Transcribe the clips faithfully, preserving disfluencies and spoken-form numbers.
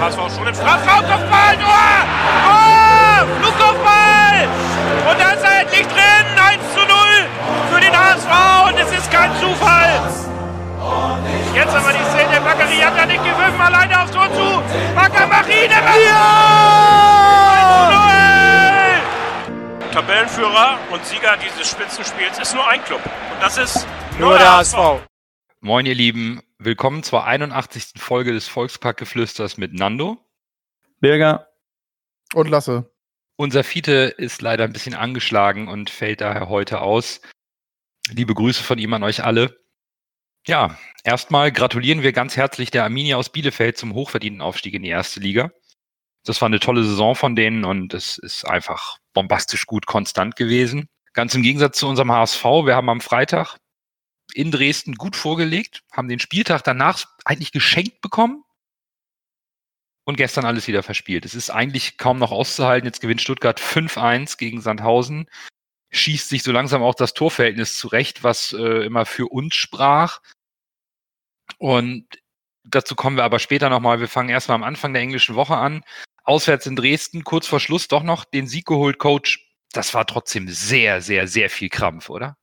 H S V schon im Strafraum, Kopfball, Tor! Oh, Flugkopfball! Und da ist er endlich drin, eins zu null für den H S V und es ist kein Zufall. Jetzt haben wir die Szene, Bakary hat da nicht gewürfen, alleine aufs Tor zu. Bakary, der macht ja! eins zu null! Tabellenführer und Sieger dieses Spitzenspiels ist nur ein Club und das ist nur, nur der H S V. Moin ihr Lieben, willkommen zur einundachtzigsten Folge des Volksparkgeflüsters mit Nando, Birger und Lasse. Unser Fiete ist leider ein bisschen angeschlagen und fällt daher heute aus. Liebe Grüße von ihm an euch alle. Ja, erstmal gratulieren wir ganz herzlich der Arminia aus Bielefeld zum hochverdienten Aufstieg in die erste Liga. Das war eine tolle Saison von denen und es ist einfach bombastisch gut konstant gewesen. Ganz im Gegensatz zu unserem H S V, wir haben am Freitag in Dresden gut vorgelegt, haben den Spieltag danach eigentlich geschenkt bekommen und gestern alles wieder verspielt. Es ist eigentlich kaum noch auszuhalten. Jetzt gewinnt Stuttgart fünf eins gegen Sandhausen, schießt sich so langsam auch das Torverhältnis zurecht, was äh, immer für uns sprach. Und dazu kommen wir aber später nochmal. Wir fangen erstmal am Anfang der englischen Woche an. Auswärts in Dresden, kurz vor Schluss doch noch den Sieg geholt, Coach. Das war trotzdem sehr, sehr, sehr viel Krampf, oder?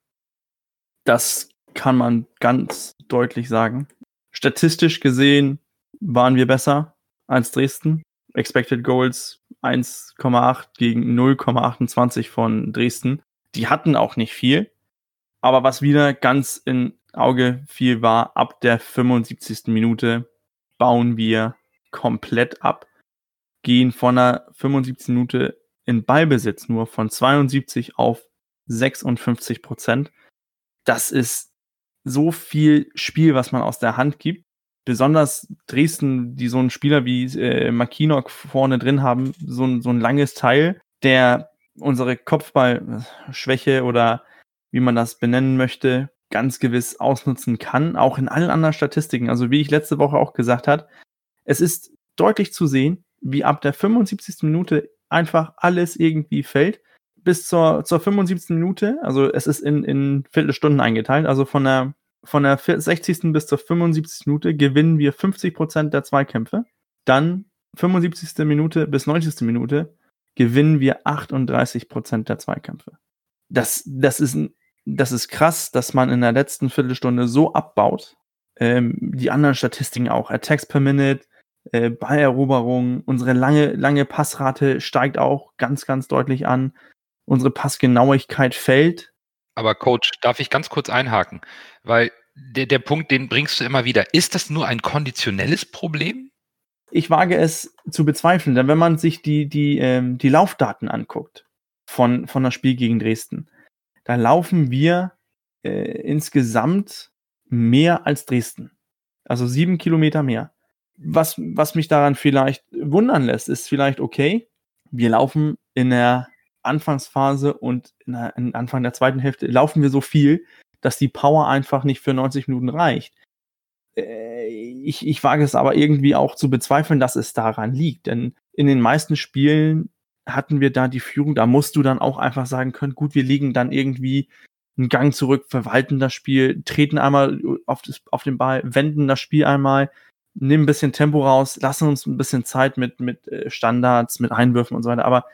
Das kann man ganz deutlich sagen. Statistisch gesehen waren wir besser als Dresden. Expected Goals eins Komma acht gegen null Komma achtundzwanzig von Dresden. Die hatten auch nicht viel. Aber was wieder ganz in Auge fiel, war, ab der fünfundsiebzigsten Minute bauen wir komplett ab. Gehen von der fünfundsiebzigsten Minute in Ballbesitz nur von zweiundsiebzig auf sechsundfünfzig Prozent. Das ist so viel Spiel, was man aus der Hand gibt. Besonders Dresden, die so einen Spieler wie äh, Makinok vorne drin haben, so ein, so ein langes Teil, der unsere Kopfballschwäche oder wie man das benennen möchte, ganz gewiss ausnutzen kann, auch in allen anderen Statistiken. Also wie ich letzte Woche auch gesagt habe, es ist deutlich zu sehen, wie ab der fünfundsiebzigsten Minute einfach alles irgendwie fällt. Bis zur, zur fünfundsiebzigsten Minute, also es ist in, in Viertelstunden eingeteilt, also von der, von der sechzigsten bis zur fünfundsiebzigsten Minute gewinnen wir fünfzig Prozent der Zweikämpfe. Dann fünfundsiebzigste Minute bis neunzigste Minute gewinnen wir achtunddreißig Prozent der Zweikämpfe. Das, das, ist, das ist krass, dass man in der letzten Viertelstunde so abbaut. Ähm, die anderen Statistiken auch, Attacks per Minute, äh, Balleroberung, unsere lange, lange Passrate steigt auch ganz, ganz deutlich an. Unsere Passgenauigkeit fällt. Aber Coach, darf ich ganz kurz einhaken? Weil der, der Punkt, den bringst du immer wieder. Ist das nur ein konditionelles Problem? Ich wage es zu bezweifeln, denn wenn man sich die, die, ähm, die Laufdaten anguckt von, von das Spiel gegen Dresden, da laufen wir äh, insgesamt mehr als Dresden. Also sieben Kilometer mehr. Was, was mich daran vielleicht wundern lässt, ist vielleicht, okay, wir laufen in der Anfangsphase und in der, in Anfang der zweiten Hälfte laufen wir so viel, dass die Power einfach nicht für neunzig Minuten reicht. Äh, ich, ich wage es aber irgendwie auch zu bezweifeln, dass es daran liegt, denn in den meisten Spielen hatten wir da die Führung, da musst du dann auch einfach sagen können, gut, wir liegen dann irgendwie einen Gang zurück, verwalten das Spiel, treten einmal auf, das, auf den Ball, wenden das Spiel einmal, nehmen ein bisschen Tempo raus, lassen uns ein bisschen Zeit mit, mit Standards, mit Einwürfen und so weiter, aber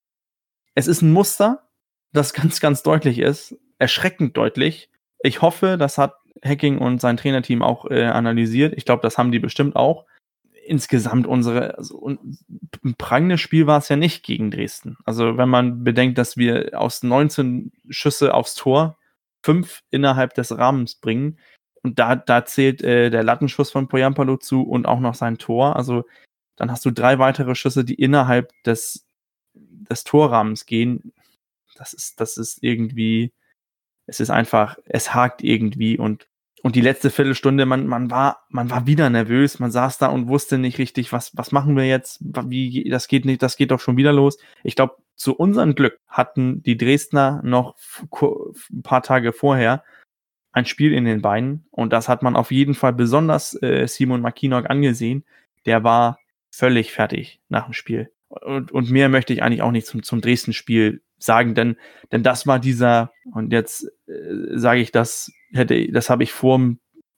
es ist ein Muster, das ganz, ganz deutlich ist, erschreckend deutlich. Ich hoffe, das hat Hacking und sein Trainerteam auch äh, analysiert. Ich glaube, das haben die bestimmt auch. Insgesamt unsere, also ein prangendes Spiel war es ja nicht gegen Dresden. Also wenn man bedenkt, dass wir aus neunzehn Schüsse aufs Tor fünf innerhalb des Rahmens bringen und da, da zählt äh, der Lattenschuss von Poyampalo zu und auch noch sein Tor. Also dann hast du drei weitere Schüsse, die innerhalb des des Torrahmens gehen, das ist, das ist irgendwie, es ist einfach, es hakt irgendwie und, und die letzte Viertelstunde, man, man war, man war wieder nervös, man saß da und wusste nicht richtig, was, was machen wir jetzt, wie, das geht nicht, das geht doch schon wieder los. Ich glaube, zu unserem Glück hatten die Dresdner noch ein paar Tage vorher ein Spiel in den Beinen und das hat man auf jeden Fall besonders äh, Simon Makinok angesehen, der war völlig fertig nach dem Spiel. Und, und mehr möchte ich eigentlich auch nicht zum, zum Dresden-Spiel sagen, denn, denn das war dieser, und jetzt äh, sage ich das, hätte, das habe ich vor dem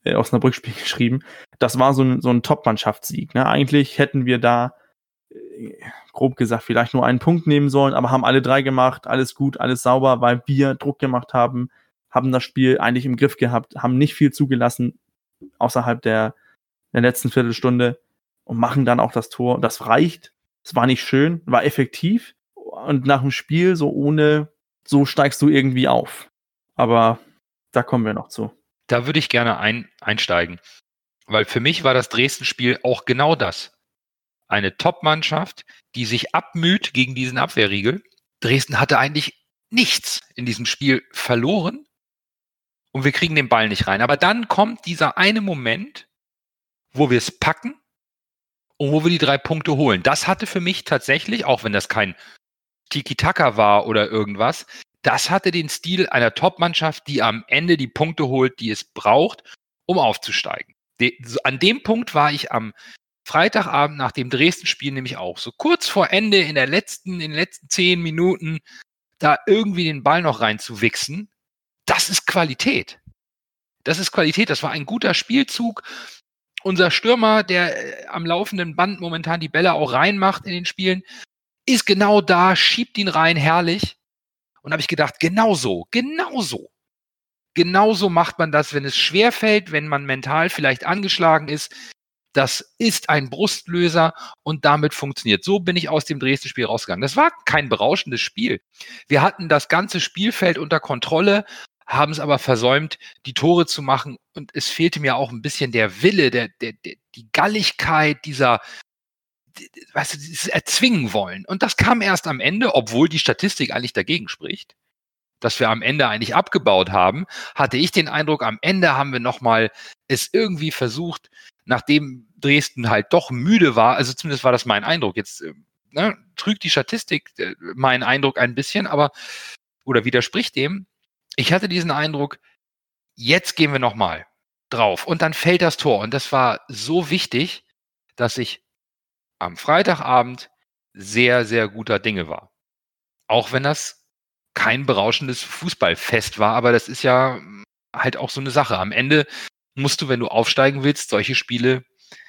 äh, Osnabrück-Spiel geschrieben. Das war so ein, so ein Top-Mannschaftssieg. Ne? Eigentlich hätten wir da, äh, grob gesagt, vielleicht nur einen Punkt nehmen sollen, aber haben alle drei gemacht, alles gut, alles sauber, weil wir Druck gemacht haben, haben das Spiel eigentlich im Griff gehabt, haben nicht viel zugelassen außerhalb der, der letzten Viertelstunde und machen dann auch das Tor. Das reicht. Es war nicht schön, war effektiv. Und nach dem Spiel, so ohne, so steigst du irgendwie auf. Aber da kommen wir noch zu. Da würde ich gerne ein, einsteigen. Weil für mich war das Dresden-Spiel auch genau das. Eine Top-Mannschaft, die sich abmüht gegen diesen Abwehrriegel. Dresden hatte eigentlich nichts in diesem Spiel verloren und wir kriegen den Ball nicht rein. Aber dann kommt dieser eine Moment, wo wir es packen und wo wir die drei Punkte holen. Das hatte für mich tatsächlich, auch wenn das kein Tiki-Taka war oder irgendwas, das hatte den Stil einer Top-Mannschaft, die am Ende die Punkte holt, die es braucht, um aufzusteigen. De- an dem Punkt war ich am Freitagabend nach dem Dresden-Spiel nämlich auch. So kurz vor Ende in der letzten, in den letzten zehn Minuten da irgendwie den Ball noch reinzuwichsen, das ist Qualität. Das ist Qualität. Das war ein guter Spielzug. Unser Stürmer, der äh, am laufenden Band momentan die Bälle auch reinmacht in den Spielen, ist genau da, schiebt ihn rein, herrlich. Und habe ich gedacht, genau so, genau so. Genauso macht man das, wenn es schwerfällt, wenn man mental vielleicht angeschlagen ist. Das ist ein Brustlöser und damit funktioniert. So bin ich aus dem Dresden-Spiel rausgegangen. Das war kein berauschendes Spiel. Wir hatten das ganze Spielfeld unter Kontrolle, haben es aber versäumt, die Tore zu machen. Und es fehlte mir auch ein bisschen der Wille, der, der, der, die Galligkeit, dieser, weißt du, dieses Erzwingen wollen. Und das kam erst am Ende, obwohl die Statistik eigentlich dagegen spricht, dass wir am Ende eigentlich abgebaut haben, hatte ich den Eindruck, am Ende haben wir nochmal es irgendwie versucht, nachdem Dresden halt doch müde war, also zumindest war das mein Eindruck, jetzt ne, trügt die Statistik äh, meinen Eindruck ein bisschen, aber, oder widerspricht dem, ich hatte diesen Eindruck, jetzt gehen wir nochmal drauf und dann fällt das Tor und das war so wichtig, dass ich am Freitagabend sehr, sehr guter Dinge war. Auch wenn das kein berauschendes Fußballfest war, aber das ist ja halt auch so eine Sache. Am Ende musst du, wenn du aufsteigen willst, solche Spiele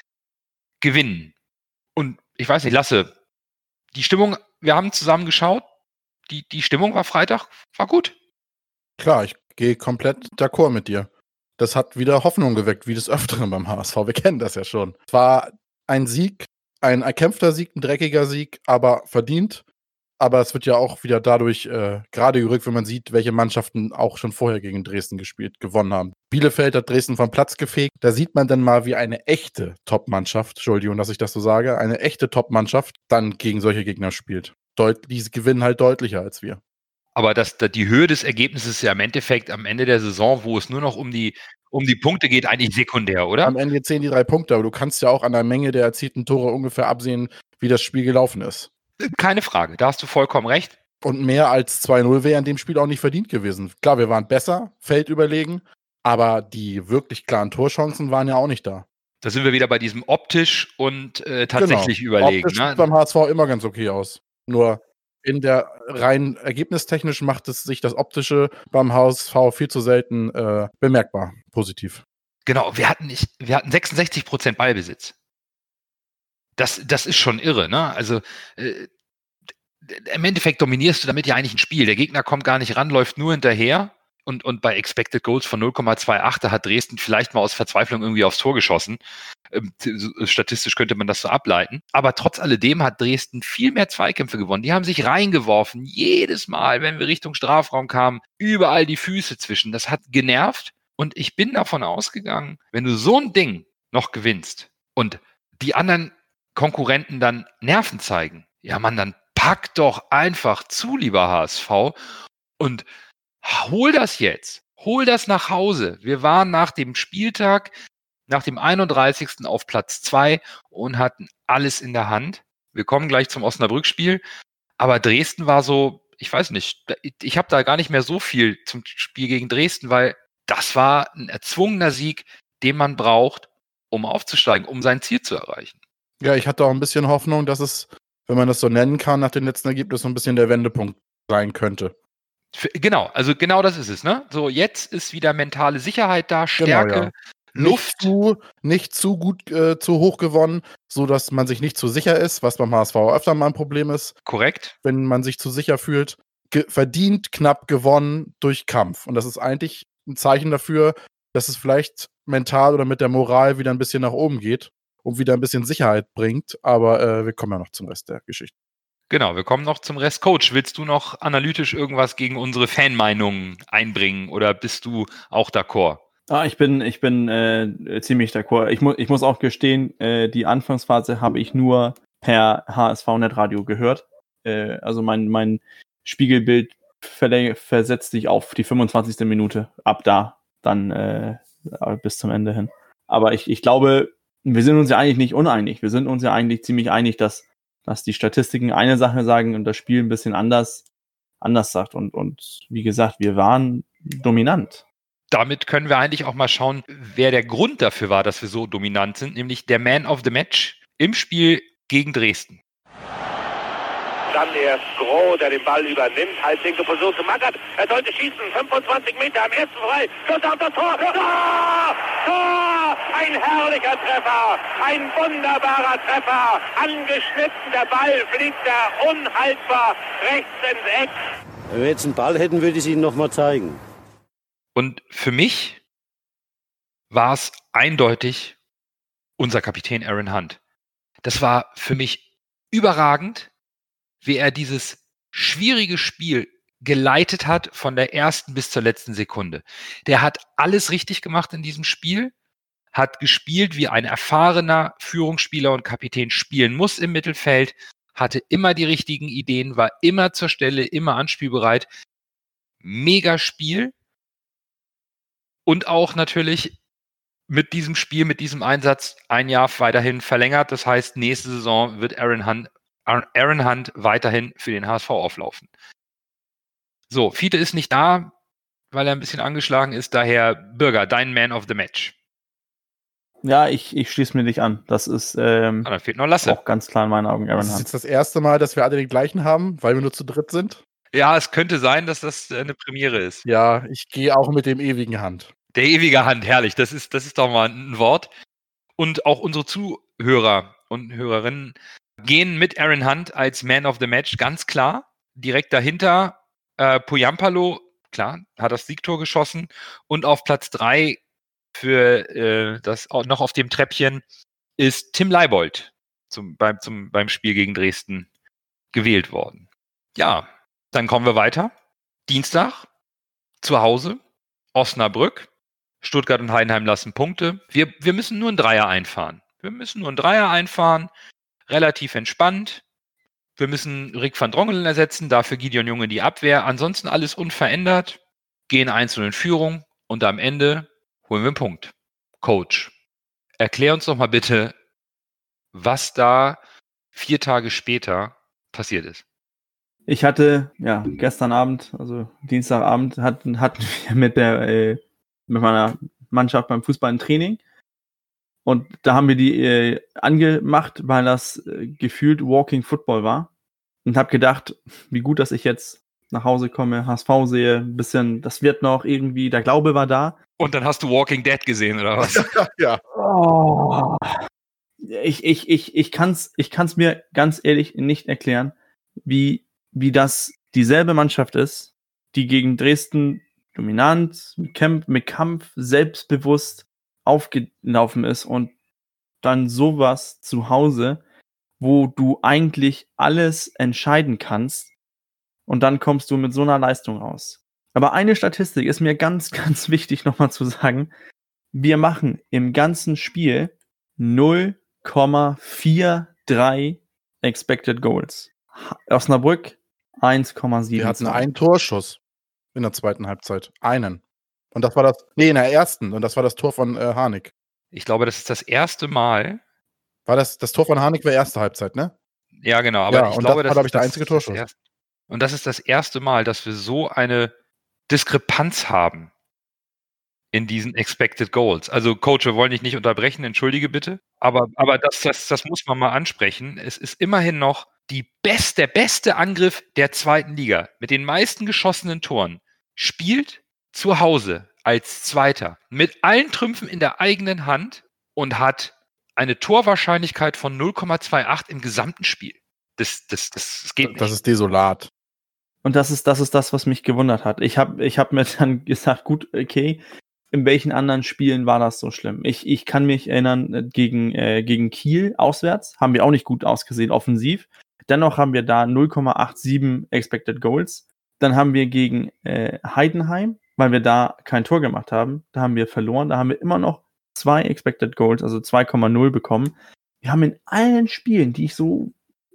gewinnen. Und ich weiß nicht, Lasse, die Stimmung, wir haben zusammen geschaut, die, die Stimmung war Freitag, war gut. Klar, ich gehe komplett d'accord mit dir. Das hat wieder Hoffnung geweckt, wie des Öfteren beim H S V. Wir kennen das ja schon. Es war ein Sieg, ein erkämpfter Sieg, ein dreckiger Sieg, aber verdient. Aber es wird ja auch wieder dadurch äh, gerade gerückt, wenn man sieht, welche Mannschaften auch schon vorher gegen Dresden gespielt, gewonnen haben. Bielefeld hat Dresden vom Platz gefegt. Da sieht man dann mal, wie eine echte Top-Mannschaft, Entschuldigung, dass ich das so sage, eine echte Top-Mannschaft dann gegen solche Gegner spielt. Deut- die gewinnen halt deutlicher als wir. Aber das, die Höhe des Ergebnisses ist ja im Endeffekt am Ende der Saison, wo es nur noch um die, um die Punkte geht, eigentlich sekundär, oder? Am Ende zählen die drei Punkte, aber du kannst ja auch an der Menge der erzielten Tore ungefähr absehen, wie das Spiel gelaufen ist. Keine Frage, da hast du vollkommen recht. Und mehr als zwei null wäre in dem Spiel auch nicht verdient gewesen. Klar, wir waren besser, feldüberlegen, aber die wirklich klaren Torchancen waren ja auch nicht da. Da sind wir wieder bei diesem optisch und äh, tatsächlich genau. überlegen. Optisch Ne? sieht beim H S V immer ganz okay aus. Nur in der rein ergebnistechnisch macht es sich das Optische beim H S V viel zu selten äh, bemerkbar positiv. Genau, wir hatten, nicht, wir hatten sechsundsechzig Prozent Ballbesitz. Das, das ist schon irre, ne? Also äh, im Endeffekt dominierst du damit ja eigentlich ein Spiel. Der Gegner kommt gar nicht ran, läuft nur hinterher. Und, und bei Expected Goals von null Komma achtundzwanzig, da hat Dresden vielleicht mal aus Verzweiflung irgendwie aufs Tor geschossen. Ähm, statistisch könnte man das so ableiten. Aber trotz alledem hat Dresden viel mehr Zweikämpfe gewonnen. Die haben sich reingeworfen. Jedes Mal, wenn wir Richtung Strafraum kamen, überall die Füße zwischen. Das hat genervt. Und ich bin davon ausgegangen, wenn du so ein Ding noch gewinnst und die anderen Konkurrenten dann Nerven zeigen, ja Mann, dann pack doch einfach zu, lieber H S V, und hol das jetzt. Hol das nach Hause. Wir waren nach dem Spieltag, nach dem einunddreißigsten auf Platz zwei und hatten alles in der Hand. Wir kommen gleich zum Osnabrück-Spiel, aber Dresden war so, ich weiß nicht, ich habe da gar nicht mehr so viel zum Spiel gegen Dresden, weil das war ein erzwungener Sieg, den man braucht, um aufzusteigen, um sein Ziel zu erreichen. Ja, ich hatte auch ein bisschen Hoffnung, dass es, wenn man das so nennen kann, nach den letzten Ergebnissen so ein bisschen der Wendepunkt sein könnte. Für, genau, also genau das ist es, ne? So, jetzt ist wieder mentale Sicherheit da, Stärke, Genau, ja. Luft. Nicht zu, nicht zu gut, äh, zu hoch gewonnen, sodass man sich nicht zu sicher ist, was beim H S V öfter mal ein Problem ist, Korrekt. wenn man sich zu sicher fühlt. Ge- verdient, knapp gewonnen durch Kampf. Und das ist eigentlich ein Zeichen dafür, dass es vielleicht mental oder mit der Moral wieder ein bisschen nach oben geht und wieder ein bisschen Sicherheit bringt. Aber äh, wir kommen ja noch zum Rest der Geschichte. Genau, wir kommen noch zum Rest. Coach, willst du noch analytisch irgendwas gegen unsere Fanmeinungen einbringen oder bist du auch d'accord? Ah, ich bin, ich bin äh, ziemlich d'accord. Ich, mu ich muss auch gestehen, äh, die Anfangsphase habe ich nur per H S V-Netradio gehört. Äh, also mein, mein Spiegelbild versetzt sich auf die fünfundzwanzigste Minute. Ab da, dann äh, bis zum Ende hin. Aber ich, ich glaube, wir sind uns ja eigentlich nicht uneinig. Wir sind uns ja eigentlich ziemlich einig, dass, dass die Statistiken eine Sache sagen und das Spiel ein bisschen anders, anders sagt. Und, und wie gesagt, wir waren dominant. Damit können wir eigentlich auch mal schauen, wer der Grund dafür war, dass wir so dominant sind, nämlich der Man of the Match im Spiel gegen Dresden. Dann erst Groh, der den Ball übernimmt, halblinke Position zu Magath. Er sollte schießen, fünfundzwanzig Meter am ersten frei. Schuss auf das Tor. Tor! Tor! Ein herrlicher Treffer, ein wunderbarer Treffer. Angeschnitten, der Ball fliegt da unhaltbar rechts ins Eck. Wenn wir jetzt einen Ball hätten, würde ich es Ihnen nochmal zeigen. Und für mich war es eindeutig unser Kapitän Aaron Hunt. Das war für mich überragend, wie er dieses schwierige Spiel geleitet hat von der ersten bis zur letzten Sekunde. Der hat alles richtig gemacht in diesem Spiel, hat gespielt, wie ein erfahrener Führungsspieler und Kapitän spielen muss im Mittelfeld, hatte immer die richtigen Ideen, war immer zur Stelle, immer anspielbereit. Mega Spiel. Und auch natürlich mit diesem Spiel, mit diesem Einsatz ein Jahr weiterhin verlängert. Das heißt, nächste Saison wird Aaron Hunt, Aaron Hunt weiterhin für den H S V auflaufen. So, Fiete ist nicht da, weil er ein bisschen angeschlagen ist. Daher, Bürger, dein Man of the Match. Ja, ich, ich schließe mir dich an. Das ist ähm, Ah, dann fehlt noch Lasse. auch ganz klar in meinen Augen Aaron Das ist Hunt. jetzt das erste Mal, dass wir alle den gleichen haben, weil wir nur zu dritt sind. Ja, es könnte sein, dass das eine Premiere ist. Ja, ich gehe auch mit dem ewigen Hand. Der ewige Hand, herrlich. Das ist, das ist doch mal ein Wort. Und auch unsere Zuhörer und Hörerinnen gehen mit Aaron Hunt als Man of the Match ganz klar. Direkt dahinter äh, Poyampalo, klar, hat das Siegtor geschossen. Und auf Platz drei für äh, das auch noch auf dem Treppchen ist Tim Leibold zum, beim, zum, beim Spiel gegen Dresden gewählt worden. Ja, dann kommen wir weiter. Dienstag, zu Hause, Osnabrück. Stuttgart und Heidenheim lassen Punkte. Wir, wir müssen nur einen Dreier einfahren. Wir müssen nur einen Dreier einfahren. Relativ entspannt. Wir müssen Rick van Drongelen ersetzen, dafür Gideon Junge die Abwehr. Ansonsten alles unverändert. Gehen einzeln in Führung und am Ende holen wir einen Punkt. Coach, erklär uns doch mal bitte, was da vier Tage später passiert ist. Ich hatte, ja, gestern Abend, also Dienstagabend, hatten, hatten wir mit der äh, mit meiner Mannschaft beim Fußball ein Training. Und da haben wir die äh, angemacht, weil das äh, gefühlt Walking Football war. Und habe gedacht, wie gut, dass ich jetzt nach Hause komme, H S V sehe, ein bisschen, das wird noch irgendwie, der Glaube war da. Und dann hast du Walking Dead gesehen, oder was? Ja. Oh. Ich, ich, ich, ich kann es ich kann's mir ganz ehrlich nicht erklären, wie, wie das dieselbe Mannschaft ist, die gegen Dresden dominant, mit Kampf, mit Kampf selbstbewusst aufgelaufen ist und dann sowas zu Hause, wo du eigentlich alles entscheiden kannst und dann kommst du mit so einer Leistung raus. Aber eine Statistik ist mir ganz, ganz wichtig nochmal zu sagen. Wir machen im ganzen Spiel null Komma dreiundvierzig Expected Goals. Osnabrück eins Komma sieben. Wir hatten einen Torschuss in der zweiten Halbzeit. Einen. Und das war das, nee, in der ersten. Und das war das Tor von äh, Harnik. Ich glaube, das ist das erste Mal. War das, das Tor von Harnik war erste Halbzeit, ne? Ja, genau. Aber Ja, ich und glaube, das war, das glaube ist ich, der das- einzige das Torschuss. erste- Und das ist das erste Mal, dass wir so eine Diskrepanz haben in diesen Expected Goals. Also, Coach, wir wollen dich nicht unterbrechen, entschuldige bitte. Aber, aber das, das, das muss man mal ansprechen. Es ist immerhin noch die best, der beste Angriff der zweiten Liga mit den meisten geschossenen Toren. Spielt zu Hause als Zweiter mit allen Trümpfen in der eigenen Hand und hat eine Torwahrscheinlichkeit von null Komma achtundzwanzig im gesamten Spiel. Das, das, das, das geht nicht. Das ist desolat. Und das ist, das ist das, was mich gewundert hat. Ich habe ich hab mir dann gesagt, gut, okay, in welchen anderen Spielen war das so schlimm? Ich, ich kann mich erinnern, gegen, äh, gegen Kiel auswärts haben wir auch nicht gut ausgesehen, offensiv. Dennoch haben wir da null Komma siebenundachtzig Expected Goals. Dann haben wir gegen äh, Heidenheim, weil wir da kein Tor gemacht haben, da haben wir verloren. Da haben wir immer noch zwei Expected Goals, also zwei Komma null bekommen. Wir haben in allen Spielen, die ich so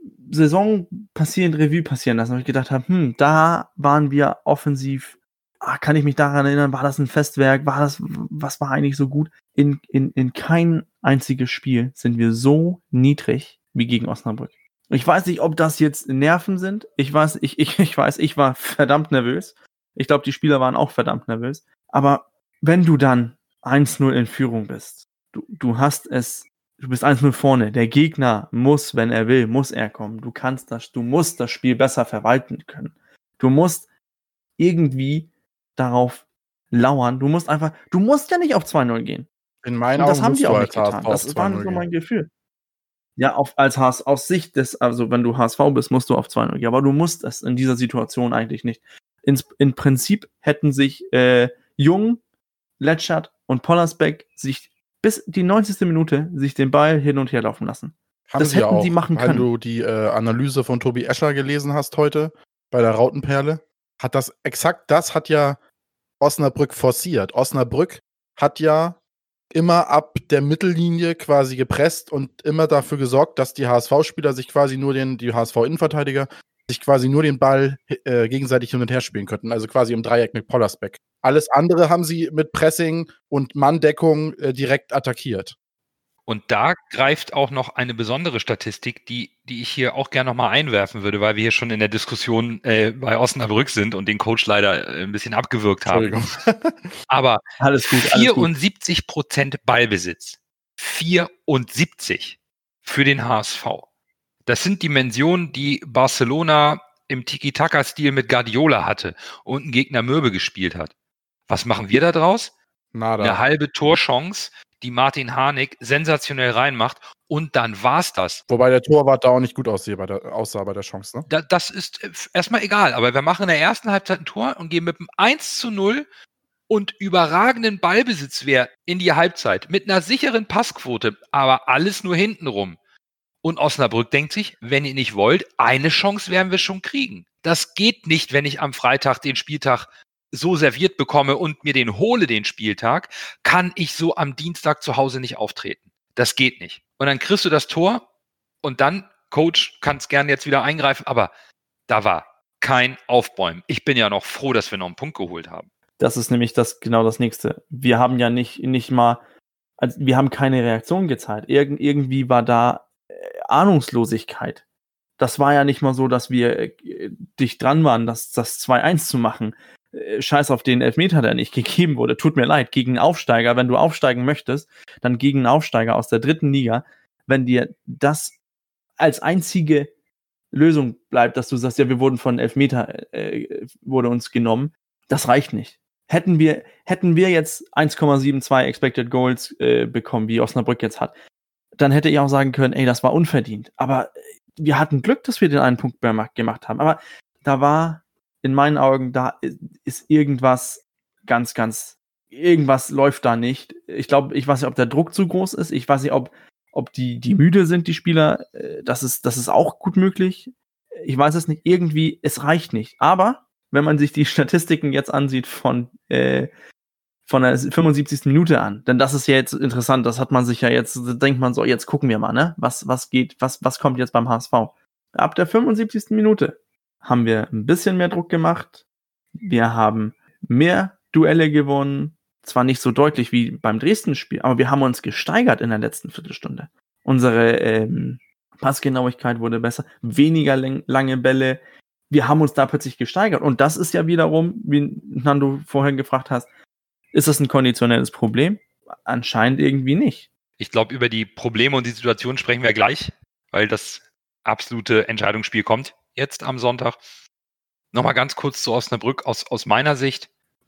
Saison passierend Revue passieren lassen, habe ich gedacht habe, hm, da waren wir offensiv, ah, kann ich mich daran erinnern, war das ein Festwerk, war das, was war eigentlich so gut? In, in, in kein einziges Spiel sind wir so niedrig wie gegen Osnabrück. Ich weiß nicht, ob das jetzt Nerven sind. Ich weiß, ich, ich, ich weiß, ich war verdammt nervös. Ich glaube, die Spieler waren auch verdammt nervös. Aber wenn du dann eins null in Führung bist, du, du hast es, du bist eins null vorne, der Gegner muss, wenn er will, muss er kommen. Du kannst das, du musst das Spiel besser verwalten können. Du musst irgendwie darauf lauern. Du musst einfach, du musst ja nicht auf zwei null gehen. In meinen Und Augen das haben die musst du auch als nicht getan. H S V Das auf war zwei null so mein gehen. Gefühl. Ja, auf, als H S, aus Sicht des, also wenn du H S V bist, musst du auf zwei null gehen. Aber du musst es in dieser Situation eigentlich nicht. Ins, im Prinzip hätten sich äh, Jung, Letschert und Pollersbeck sich bis die neunzigste Minute sich den Ball hin und her laufen lassen. Haben Das sie ja hätten auch, sie machen wenn können. du die äh, Analyse von Tobi Escher gelesen hast heute bei der Rautenperle, hat das exakt das hat ja Osnabrück forciert. Osnabrück hat ja immer ab der Mittellinie quasi gepresst und immer dafür gesorgt, dass die H S V-Spieler sich quasi nur den, die H S V-Innenverteidiger, sich quasi nur den Ball äh, gegenseitig hin und her spielen könnten. Also quasi im Dreieck mit Pollersbeck. Alles andere haben sie mit Pressing und Manndeckung äh, direkt attackiert. Und da greift auch noch eine besondere Statistik, die, die ich hier auch gerne nochmal einwerfen würde, weil wir hier schon in der Diskussion äh, bei Osnabrück sind und den Coach leider äh, ein bisschen abgewürgt haben. Entschuldigung. Aber Alles gut, alles gut. vierundsiebzig Prozent Ballbesitz. vierundsiebzig für den H S V. Das sind Dimensionen, die Barcelona im Tiki-Taka-Stil mit Guardiola hatte und ein Gegner mürbe gespielt hat. Was machen wir da draus? Nada. Eine halbe Torchance, die Martin Harnik sensationell reinmacht und dann war's das. Wobei der Torwart da auch nicht gut aussah bei der, aussah bei der Chance, ne? Da, das ist äh, erstmal egal, aber wir machen in der ersten Halbzeit ein Tor und gehen mit einem eins zu null und überragenden Ballbesitzwert in die Halbzeit mit einer sicheren Passquote, aber alles nur hintenrum. Und Osnabrück denkt sich, wenn ihr nicht wollt, eine Chance werden wir schon kriegen. Das geht nicht, wenn ich am Freitag den Spieltag so serviert bekomme und mir den hole, den Spieltag, kann ich so am Dienstag zu Hause nicht auftreten. Das geht nicht. Und dann kriegst du das Tor und dann, Coach, kannst gerne jetzt wieder eingreifen, aber da war kein Aufbäumen. Ich bin ja noch froh, dass wir noch einen Punkt geholt haben. Das ist nämlich das, genau das Nächste. Wir haben ja nicht, nicht mal, also wir haben keine Reaktion gezeigt. Irgend, irgendwie war da äh, Ahnungslosigkeit. Das war ja nicht mal so, dass wir äh, dicht dran waren, das, das zwei eins zu machen. Äh, Scheiß auf den Elfmeter, der nicht gegeben wurde. Tut mir leid. Gegen einen Aufsteiger, wenn du aufsteigen möchtest, dann gegen einen Aufsteiger aus der dritten Liga, wenn dir das als einzige Lösung bleibt, dass du sagst, ja, wir wurden von Elfmeter, äh, wurde uns genommen, das reicht nicht. Hätten wir, hätten wir jetzt eins Komma zweiundsiebzig Expected Goals äh, bekommen, wie Osnabrück jetzt hat, dann hätte ich auch sagen können, ey, das war unverdient. Aber wir hatten Glück, dass wir den einen Punkt gemacht haben. Aber da war, in meinen Augen, da ist irgendwas ganz, ganz, irgendwas läuft da nicht. Ich glaube, ich weiß nicht, ob der Druck zu groß ist. Ich weiß nicht, ob, ob die, die müde sind, die Spieler. Das ist, das ist auch gut möglich. Ich weiß es nicht. Irgendwie, es reicht nicht. Aber wenn man sich die Statistiken jetzt ansieht von, äh, von der fünfundsiebzigsten Minute an, denn das ist ja jetzt interessant, das hat man sich ja jetzt, da denkt man so, jetzt gucken wir mal, ne? Was, was geht, was, was kommt jetzt beim H S V? Ab der fünfundsiebzigsten Minute haben wir ein bisschen mehr Druck gemacht. Wir haben mehr Duelle gewonnen. Zwar nicht so deutlich wie beim Dresden-Spiel, aber wir haben uns gesteigert in der letzten Viertelstunde. Unsere ähm, Passgenauigkeit wurde besser, weniger lang- lange Bälle. Wir haben uns da plötzlich gesteigert. Und das ist ja wiederum, wie Nando vorhin gefragt hast, ist das ein konditionelles Problem? Anscheinend irgendwie nicht. Ich glaube, über die Probleme und die Situation sprechen wir gleich, weil das absolute Entscheidungsspiel kommt jetzt am Sonntag. Nochmal ganz kurz zu Osnabrück aus, aus meiner Sicht.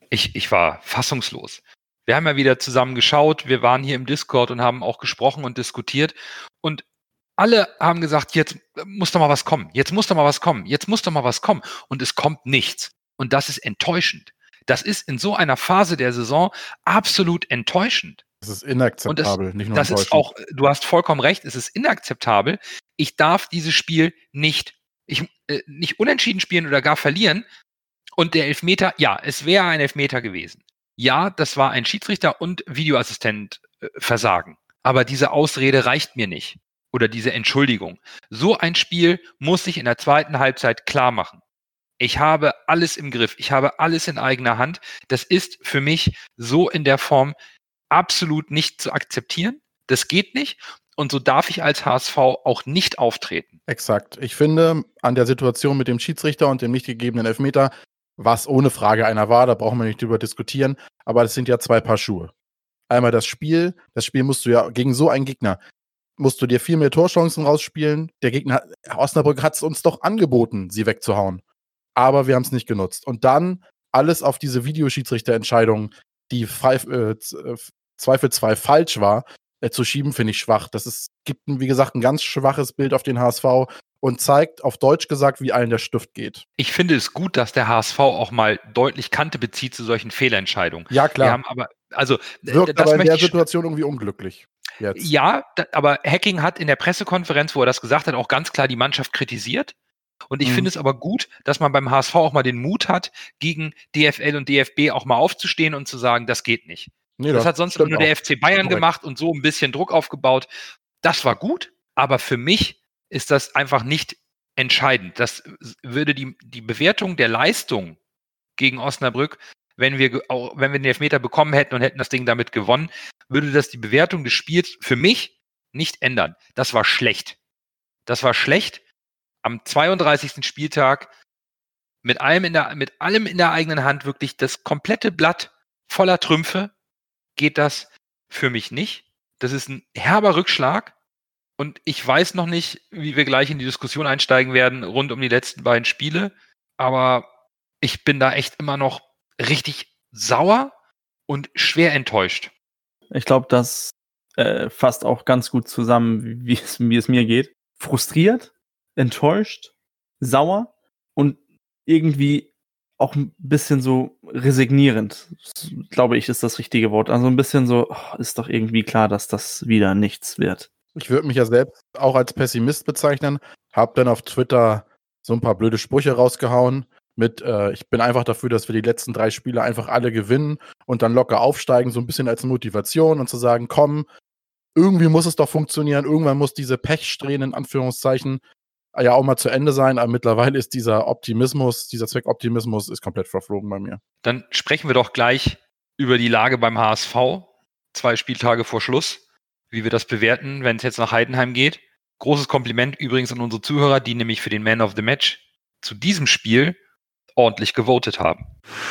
Ich, ich war fassungslos. Wir haben ja wieder zusammen geschaut, wir waren hier im Discord und haben auch gesprochen und diskutiert und alle haben gesagt, jetzt muss doch mal was kommen, jetzt muss doch mal was kommen, jetzt muss doch mal was kommen und es kommt nichts. Und das ist enttäuschend. Das ist in so einer Phase der Saison absolut enttäuschend. Das ist inakzeptabel, das, nicht nur das enttäuschend. Ist auch, du hast vollkommen recht, es ist inakzeptabel. Ich darf dieses Spiel nicht, ich, äh, nicht unentschieden spielen oder gar verlieren. Und der Elfmeter, ja, es wäre ein Elfmeter gewesen. Ja, das war ein Schiedsrichter und Videoassistent äh, Versagen. Aber diese Ausrede reicht mir nicht. Oder diese Entschuldigung. So ein Spiel muss ich in der zweiten Halbzeit klar machen. Ich habe alles im Griff. Ich habe alles in eigener Hand. Das ist für mich so in der Form absolut nicht zu akzeptieren. Das geht nicht. Und so darf ich als H S V auch nicht auftreten. Exakt. Ich finde, an der Situation mit dem Schiedsrichter und dem nicht gegebenen Elfmeter, was ohne Frage einer war, da brauchen wir nicht drüber diskutieren, aber das sind ja zwei Paar Schuhe. Einmal das Spiel, das Spiel musst du ja gegen so einen Gegner, musst du dir viel mehr Torchancen rausspielen. Der Gegner, Osnabrück hat es uns doch angeboten, sie wegzuhauen. Aber wir haben es nicht genutzt. Und dann alles auf diese Videoschiedsrichterentscheidung, die pfeif, äh, zweifelsfrei falsch war, äh, zu schieben, finde ich schwach. Das ist, gibt, ein, wie gesagt, ein ganz schwaches Bild auf den H S V und zeigt, auf Deutsch gesagt, wie allen der Stift geht. Ich finde es gut, dass der H S V auch mal deutlich Kante bezieht zu solchen Fehlentscheidungen. Ja, klar. Wir haben aber, also, wirkt das aber in der ich, Situation irgendwie unglücklich. Jetzt. Ja, da, aber Hacking hat in der Pressekonferenz, wo er das gesagt hat, auch ganz klar die Mannschaft kritisiert. Und ich mhm. finde es aber gut, dass man beim H S V auch mal den Mut hat, gegen D F L und D F B auch mal aufzustehen und zu sagen, das geht nicht. Nee, das, das hat sonst nur auch der F C Bayern Korrekt. gemacht und so ein bisschen Druck aufgebaut. Das war gut, aber für mich ist das einfach nicht entscheidend. Das würde die, die Bewertung der Leistung gegen Osnabrück, wenn wir, auch, wenn wir den Elfmeter bekommen hätten und hätten das Ding damit gewonnen, würde das die Bewertung des Spiels für mich nicht ändern. Das war schlecht. Das war schlecht. Am zweiunddreißigsten Spieltag mit allem in der, mit allem in der eigenen Hand wirklich das komplette Blatt voller Trümpfe geht das für mich nicht. Das ist ein herber Rückschlag und ich weiß noch nicht, wie wir gleich in die Diskussion einsteigen werden rund um die letzten beiden Spiele, aber ich bin da echt immer noch richtig sauer und schwer enttäuscht. Ich glaube, das äh, fasst auch ganz gut zusammen, wie, wie, es, wie es mir geht. Frustriert, enttäuscht, sauer und irgendwie auch ein bisschen so resignierend, glaube ich, ist das richtige Wort. Also ein bisschen so, oh, ist doch irgendwie klar, dass das wieder nichts wird. Ich würde mich ja selbst auch als Pessimist bezeichnen, habe dann auf Twitter so ein paar blöde Sprüche rausgehauen mit, äh, ich bin einfach dafür, dass wir die letzten drei Spiele einfach alle gewinnen und dann locker aufsteigen, so ein bisschen als Motivation und zu sagen, komm, irgendwie muss es doch funktionieren, irgendwann muss diese Pechsträhne in Anführungszeichen ja auch mal zu Ende sein, aber mittlerweile ist dieser Optimismus, dieser Zweckoptimismus ist komplett verflogen bei mir. Dann sprechen wir doch gleich über die Lage beim H S V, zwei Spieltage vor Schluss, wie wir das bewerten, wenn es jetzt nach Heidenheim geht. Großes Kompliment übrigens an unsere Zuhörer, die nämlich für den Man of the Match zu diesem Spiel ordentlich gewotet haben.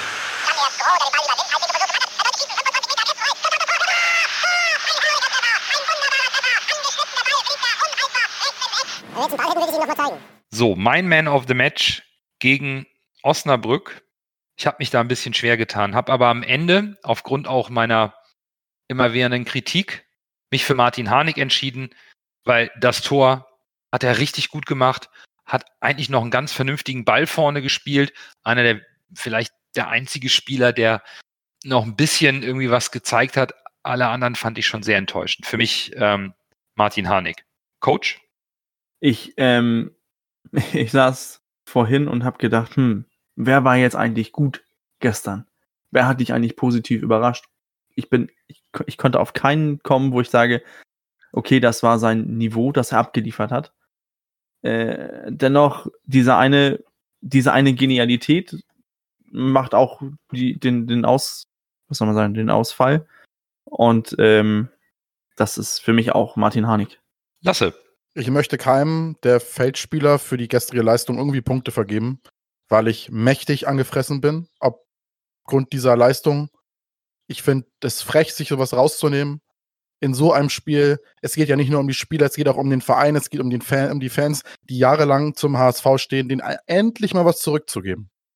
So, mein Man of the Match gegen Osnabrück. Ich habe mich da ein bisschen schwer getan, habe aber am Ende aufgrund auch meiner immerwährenden Kritik mich für Martin Harnik entschieden, weil das Tor hat er richtig gut gemacht, hat eigentlich noch einen ganz vernünftigen Ball vorne gespielt. Einer der, vielleicht der einzige Spieler, der noch ein bisschen irgendwie was gezeigt hat. Alle anderen fand ich schon sehr enttäuschend. Für mich ähm, Martin Harnik. Coach? Ich, ähm, ich saß vorhin und habe gedacht, hm, wer war jetzt eigentlich gut gestern? Wer hat dich eigentlich positiv überrascht? Ich bin, ich, ich konnte auf keinen kommen, wo ich sage, okay, das war sein Niveau, das er abgeliefert hat. Äh, dennoch, diese eine, diese eine Genialität macht auch die, den, den Aus, was soll man sagen, den Ausfall. Und ähm, das ist für mich auch Martin Harnik. Lasse. Ich möchte keinem der Feldspieler für die gestrige Leistung irgendwie Punkte vergeben, weil ich mächtig angefressen bin, aufgrund dieser Leistung. Ich finde es frech, sich sowas rauszunehmen. In so einem Spiel, es geht ja nicht nur um die Spieler, es geht auch um den Verein, es geht um, den Fan, um die Fans, die jahrelang zum H S V stehen, denen endlich mal was zurückzugeben.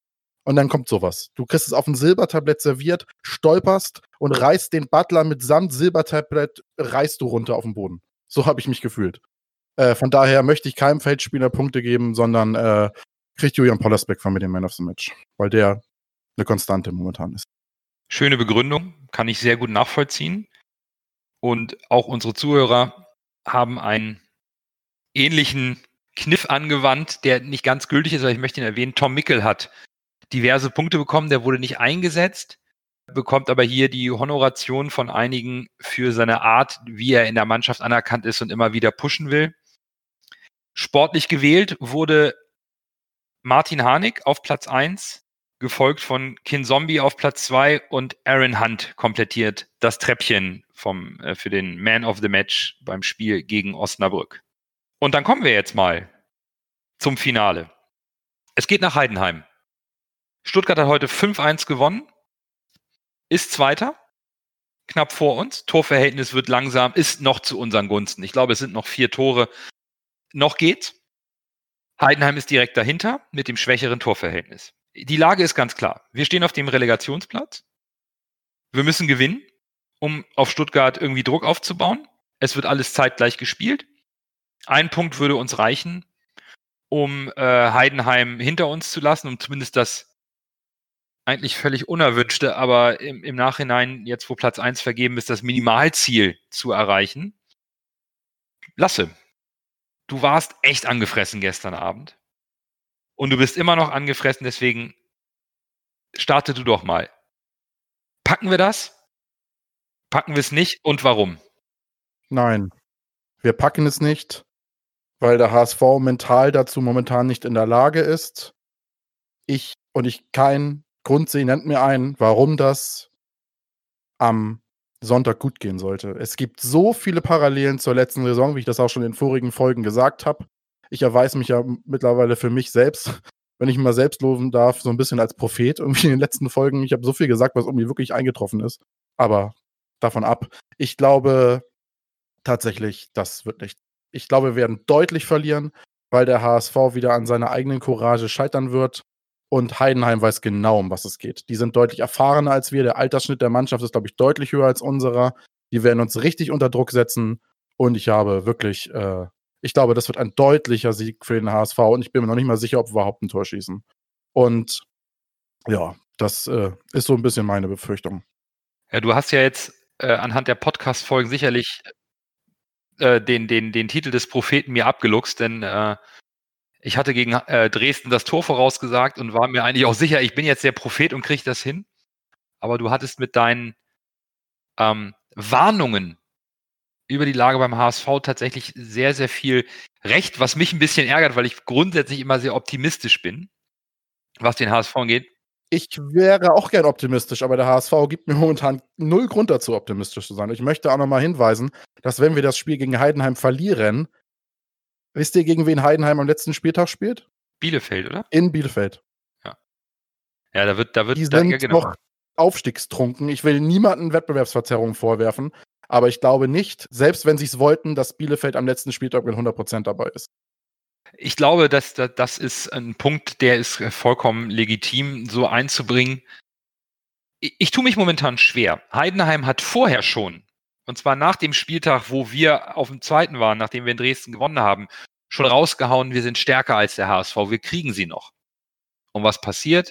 Und dann kommt sowas. Du kriegst es auf ein Silbertablett serviert, stolperst und reißt den Butler mitsamt Silbertablett, reißt du runter auf den Boden. So habe ich mich gefühlt. Äh, von daher möchte ich keinem Feldspieler Punkte geben, sondern äh, kriegt Julian Pollersbeck von mir den Man of the Match, weil der eine Konstante momentan ist. Schöne Begründung, kann ich sehr gut nachvollziehen. Und auch unsere Zuhörer haben einen ähnlichen Kniff angewandt, der nicht ganz gültig ist, aber ich möchte ihn erwähnen. Tom Mickel hat diverse Punkte bekommen, der wurde nicht eingesetzt, bekommt aber hier die Honoration von einigen für seine Art, wie er in der Mannschaft anerkannt ist und immer wieder pushen will. Sportlich gewählt wurde Martin Harnik auf Platz eins, gefolgt von Kinzombie auf Platz zwei und Aaron Hunt komplettiert das Treppchen vom, äh, für den Man of the Match beim Spiel gegen Osnabrück. Und dann kommen wir jetzt mal zum Finale. Es geht nach Heidenheim. Stuttgart hat heute fünf eins gewonnen, ist Zweiter, knapp vor uns. Torverhältnis wird langsam, ist noch zu unseren Gunsten. Ich glaube, es sind noch vier Tore. Noch geht's. Heidenheim ist direkt dahinter mit dem schwächeren Torverhältnis. Die Lage ist ganz klar. Wir stehen auf dem Relegationsplatz. Wir müssen gewinnen, um auf Stuttgart irgendwie Druck aufzubauen. Es wird alles zeitgleich gespielt. Ein Punkt würde uns reichen, um äh, Heidenheim hinter uns zu lassen, um zumindest das eigentlich völlig unerwünschte, aber im, im Nachhinein, jetzt wo Platz eins vergeben ist, das Minimalziel zu erreichen. Lasse, du warst echt angefressen gestern Abend. Und du bist immer noch angefressen, deswegen starte du doch mal. Packen wir das? Packen wir es nicht? Und warum? Nein, wir packen es nicht, weil der H S V mental dazu momentan nicht in der Lage ist. Ich und ich kein Grund sehe, nennt mir einen, warum das am Sonntag gut gehen sollte. Es gibt so viele Parallelen zur letzten Saison, wie ich das auch schon in vorigen Folgen gesagt habe. Ich erweise mich ja mittlerweile für mich selbst, wenn ich mal selbst loben darf, so ein bisschen als Prophet irgendwie in den letzten Folgen. Ich habe so viel gesagt, was irgendwie wirklich eingetroffen ist. Aber davon ab. Ich glaube tatsächlich, das wird nicht. Ich glaube, wir werden deutlich verlieren, weil der H S V wieder an seiner eigenen Courage scheitern wird. Und Heidenheim weiß genau, um was es geht. Die sind deutlich erfahrener als wir. Der Altersschnitt der Mannschaft ist, glaube ich, deutlich höher als unserer. Die werden uns richtig unter Druck setzen. Und ich habe wirklich, äh, ich glaube, das wird ein deutlicher Sieg für den H S V. Und ich bin mir noch nicht mal sicher, ob wir überhaupt ein Tor schießen. Und ja, das äh, ist so ein bisschen meine Befürchtung. Ja, du hast ja jetzt äh, anhand der Podcast-Folgen sicherlich äh, den, den, den Titel des Propheten mir abgeluchst, denn äh, ich hatte gegen äh, Dresden das Tor vorausgesagt und war mir eigentlich auch sicher, ich bin jetzt der Prophet und kriege das hin. Aber du hattest mit deinen ähm, Warnungen über die Lage beim H S V tatsächlich sehr, sehr viel recht, was mich ein bisschen ärgert, weil ich grundsätzlich immer sehr optimistisch bin, was den H S V angeht. Ich wäre auch gern optimistisch, aber der H S V gibt mir momentan null Grund dazu, optimistisch zu sein. Ich möchte auch nochmal hinweisen, dass wenn wir das Spiel gegen Heidenheim verlieren, wisst ihr, gegen wen Heidenheim am letzten Spieltag spielt? Bielefeld, oder? In Bielefeld. Ja, ja da wird, da wird, Die da, sind ja, genau. noch aufstiegstrunken. Ich will niemanden Wettbewerbsverzerrung vorwerfen, aber ich glaube nicht, selbst wenn sie es wollten, dass Bielefeld am letzten Spieltag mit hundert Prozent dabei ist. Ich glaube, dass, dass das ist ein Punkt, der ist vollkommen legitim, so einzubringen. Ich, ich tue mich momentan schwer. Heidenheim hat vorher schon, und zwar nach dem Spieltag, wo wir auf dem zweiten waren, nachdem wir in Dresden gewonnen haben, schon rausgehauen, wir sind stärker als der H S V, wir kriegen sie noch. Und was passiert?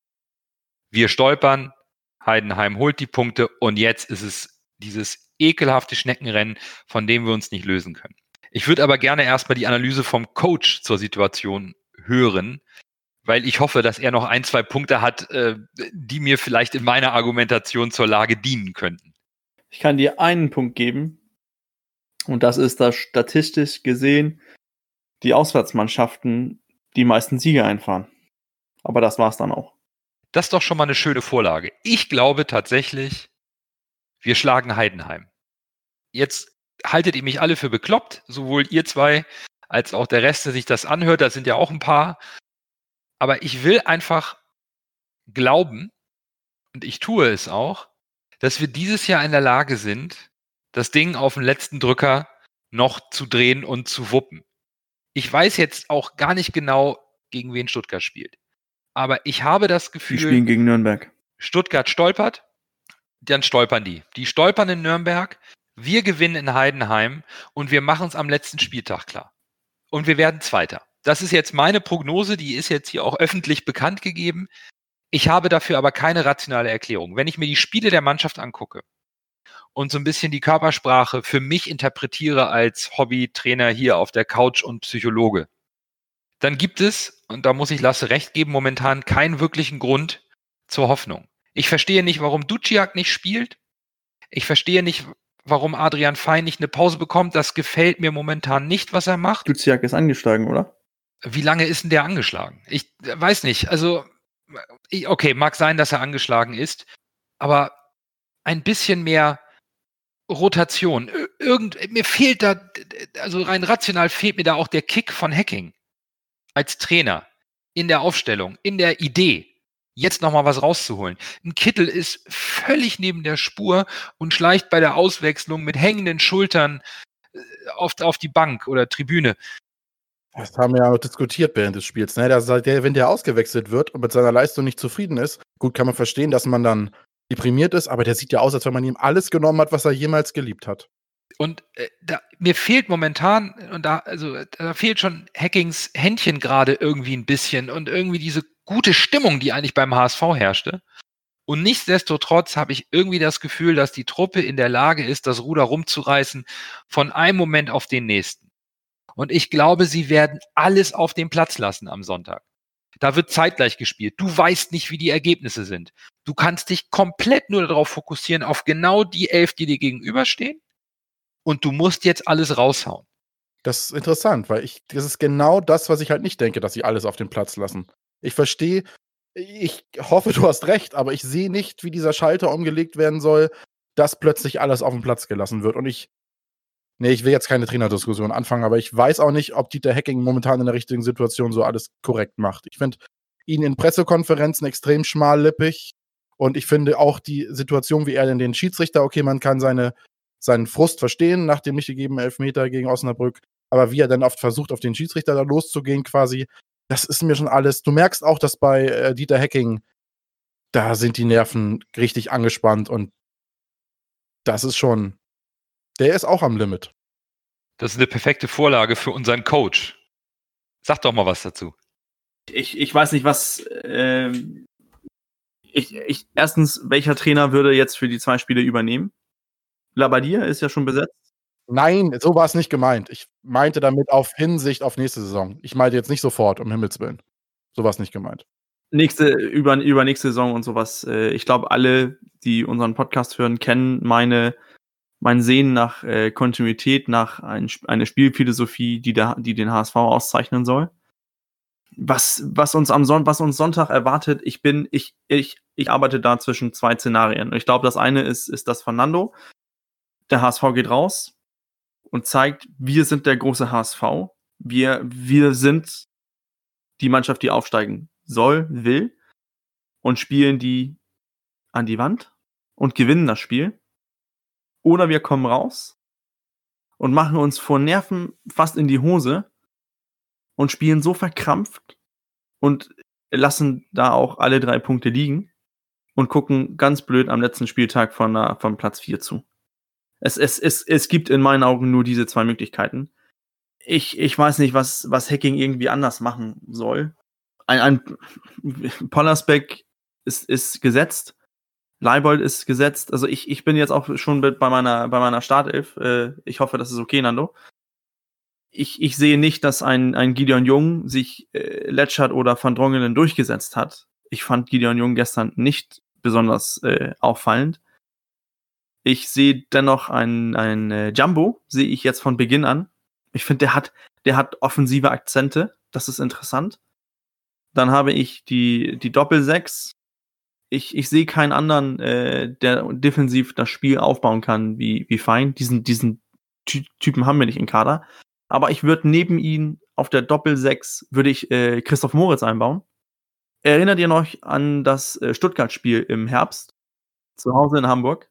Wir stolpern, Heidenheim holt die Punkte und jetzt ist es dieses ekelhafte Schneckenrennen, von dem wir uns nicht lösen können. Ich würde aber gerne erstmal die Analyse vom Coach zur Situation hören, weil ich hoffe, dass er noch ein, zwei Punkte hat, die mir vielleicht in meiner Argumentation zur Lage dienen könnten. Ich kann dir einen Punkt geben und das ist, dass statistisch gesehen die Auswärtsmannschaften die meisten Siege einfahren. Aber das war's dann auch. Das ist doch schon mal eine schöne Vorlage. Ich glaube tatsächlich, wir schlagen Heidenheim. Jetzt haltet ihr mich alle für bekloppt, sowohl ihr zwei als auch der Rest, der sich das anhört. Da sind ja auch ein paar. Aber ich will einfach glauben, und ich tue es auch, dass wir dieses Jahr in der Lage sind, das Ding auf den letzten Drücker noch zu drehen und zu wuppen. Ich weiß jetzt auch gar nicht genau, gegen wen Stuttgart spielt. aber ich habe das Die Gefühl, spielen gegen Nürnberg. Stuttgart stolpert, dann stolpern die. Die stolpern in Nürnberg, wir gewinnen in Heidenheim und wir machen es am letzten Spieltag klar. Und wir werden Zweiter. Das ist jetzt meine Prognose, die ist jetzt hier auch öffentlich bekannt gegeben. Ich habe dafür aber keine rationale Erklärung. Wenn ich mir die Spiele der Mannschaft angucke und so ein bisschen die Körpersprache für mich interpretiere als Hobbytrainer hier auf der Couch und Psychologe, dann gibt es, und da muss ich Lasse recht geben, momentan keinen wirklichen Grund zur Hoffnung. Ich verstehe nicht, warum Duciak nicht spielt. Ich verstehe nicht, warum Adrian Fein nicht eine Pause bekommt. Das gefällt mir momentan nicht, was er macht. Duciak ist angeschlagen, oder? Wie lange ist denn der angeschlagen? Ich weiß nicht. Also, okay, mag sein, dass er angeschlagen ist, aber ein bisschen mehr Rotation. Irgend, mir fehlt da, also rein rational fehlt mir da auch der Kick von Hacking als Trainer in der Aufstellung, in der Idee, jetzt nochmal was rauszuholen. Ein Kittel ist völlig neben der Spur und schleicht bei der Auswechslung mit hängenden Schultern auf, auf die Bank oder Tribüne. Das haben wir ja auch diskutiert während des Spiels. Ne? Der, der, wenn der ausgewechselt wird und mit seiner Leistung nicht zufrieden ist, gut, kann man verstehen, dass man dann deprimiert ist, aber der sieht ja aus, als wenn man ihm alles genommen hat, was er jemals geliebt hat. Und äh, da, mir fehlt momentan, und da, also, da fehlt schon Hackings Händchen gerade irgendwie ein bisschen und irgendwie diese gute Stimmung, die eigentlich beim H S V herrschte. Und nichtsdestotrotz habe ich irgendwie das Gefühl, dass die Truppe in der Lage ist, das Ruder rumzureißen von einem Moment auf den nächsten. Und ich glaube, sie werden alles auf den Platz lassen am Sonntag. Da wird zeitgleich gespielt. Du weißt nicht, wie die Ergebnisse sind. Du kannst dich komplett nur darauf fokussieren, auf genau die Elf, die dir gegenüberstehen. Und du musst jetzt alles raushauen. Das ist interessant, weil ich, das ist genau das, was ich halt nicht denke, dass sie alles auf den Platz lassen. Ich verstehe, ich hoffe, du hast recht, aber ich sehe nicht, wie dieser Schalter umgelegt werden soll, dass plötzlich alles auf den Platz gelassen wird. Und ich, nee, ich will jetzt keine Trainerdiskussion anfangen, aber ich weiß auch nicht, ob Dieter Hecking momentan in der richtigen Situation so alles korrekt macht. Ich finde ihn in Pressekonferenzen extrem schmallippig und ich finde auch die Situation, wie er denn den Schiedsrichter, okay, man kann seine seinen Frust verstehen nach dem nicht gegebenen Elfmeter gegen Osnabrück, aber wie er dann oft versucht, auf den Schiedsrichter da loszugehen quasi, das ist mir schon alles, du merkst auch, dass bei äh, Dieter Hecking, da sind die Nerven richtig angespannt und das ist schon, der ist auch am Limit. Das ist eine perfekte Vorlage für unseren Coach. Sag doch mal was dazu. Ich, ich weiß nicht, was äh, ich, ich, erstens, welcher Trainer würde jetzt für die zwei Spiele übernehmen? Labbadia ist ja schon besetzt. Nein, so war es nicht gemeint. Ich meinte damit auf Hinsicht auf nächste Saison. Ich meinte jetzt nicht sofort, um Himmels Willen. So war es nicht gemeint. Nächste, über, über nächste Saison und sowas. Äh, ich glaube, alle, die unseren Podcast hören, kennen meine, mein Sehen nach äh, Kontinuität, nach ein, eine Spielphilosophie, die, der, die den H S V auszeichnen soll. Was, was, uns am Son- was uns Sonntag erwartet, ich bin, ich, ich, ich arbeite da zwischen zwei Szenarien. Ich glaube, das eine ist, ist das von Nando. Der H S V geht raus und zeigt, wir sind der große H S V. Wir, wir sind die Mannschaft, die aufsteigen soll, will und spielen die an die Wand und gewinnen das Spiel. Oder wir kommen raus und machen uns vor Nerven fast in die Hose und spielen so verkrampft und lassen da auch alle drei Punkte liegen und gucken ganz blöd am letzten Spieltag von, uh, von Platz vier zu. Es, es, es, es gibt in meinen Augen nur diese zwei Möglichkeiten. Ich, ich weiß nicht, was, was Hacking irgendwie anders machen soll. Ein, ein Pollersbeck ist, ist gesetzt. Leibold ist gesetzt. Also ich, ich bin jetzt auch schon bei meiner, bei meiner Startelf. Äh, ich hoffe, das ist okay, Nando. Ich, ich sehe nicht, dass ein, ein Gideon Jung sich äh, Letschert oder Van Drongelen durchgesetzt hat. Ich fand Gideon Jung gestern nicht besonders äh, auffallend. Ich sehe dennoch ein, ein äh, Jumbo, sehe ich jetzt von Beginn an. Ich finde, der hat, der hat offensive Akzente. Das ist interessant. Dann habe ich die, die Doppel-Sechs. Ich, ich sehe keinen anderen, äh, der defensiv das Spiel aufbauen kann wie, wie Fein. Diesen, diesen Ty- Typen haben wir nicht im Kader. Aber ich würde neben ihm auf der Doppel-Sechs würde ich äh, Christoph Moritz einbauen. Erinnert ihr noch an das äh, Stuttgart-Spiel im Herbst? Zu Hause in Hamburg?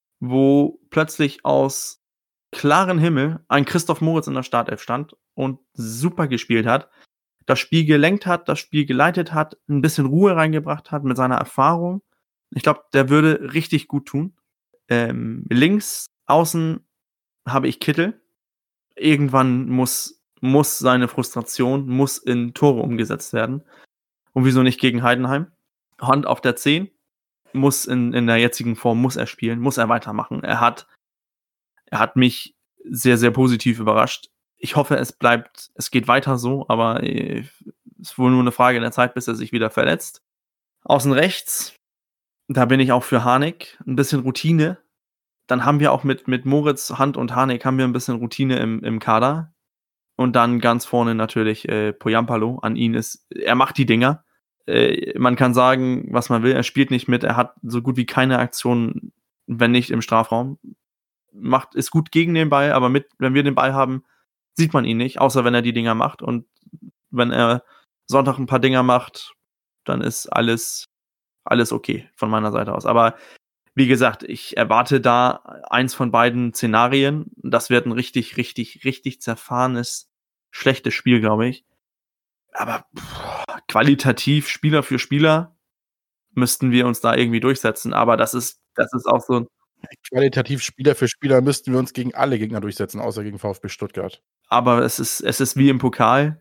Wo plötzlich aus klarem Himmel ein Christoph Moritz in der Startelf stand und super gespielt hat. das Spiel gelenkt hat, das Spiel geleitet hat, ein bisschen Ruhe reingebracht hat mit seiner Erfahrung. Ich glaube, der würde richtig gut tun. Ähm, links außen habe ich Kittel. Irgendwann muss, muss seine Frustration, muss in Tore umgesetzt werden. Und wieso nicht gegen Heidenheim? Hand auf der zehn, muss in, in der jetzigen Form, muss er spielen, muss er weitermachen. Er hat, er hat mich sehr, sehr positiv überrascht. Ich hoffe, es bleibt, es geht weiter so, aber äh, es ist wohl nur eine Frage der Zeit, bis er sich wieder verletzt. Außen rechts, da bin ich auch für Harnik. Ein bisschen Routine. Dann haben wir auch mit, mit Moritz, Hand und Harnik haben wir ein bisschen Routine im, im Kader. Und dann ganz vorne natürlich äh, Poyampalo. An ihn ist, er macht die Dinger. Äh, man kann sagen, was man will, er spielt nicht mit. Er hat so gut wie keine Aktion, wenn nicht im Strafraum. Macht, ist gut gegen den Ball, aber mit, wenn wir den Ball haben, sieht man ihn nicht, außer wenn er die Dinger macht. Und wenn er Sonntag ein paar Dinger macht, dann ist alles, alles okay von meiner Seite aus. Aber wie gesagt, ich erwarte da eins von beiden Szenarien. Das wird ein richtig, richtig, richtig zerfahrenes, schlechtes Spiel, glaube ich. Aber pff, qualitativ, Spieler für Spieler, müssten wir uns da irgendwie durchsetzen. Aber das ist, das ist auch so ein Qualitativ Spieler für Spieler müssten wir uns gegen alle Gegner durchsetzen, außer gegen VfB Stuttgart. Aber es ist, es ist wie im Pokal.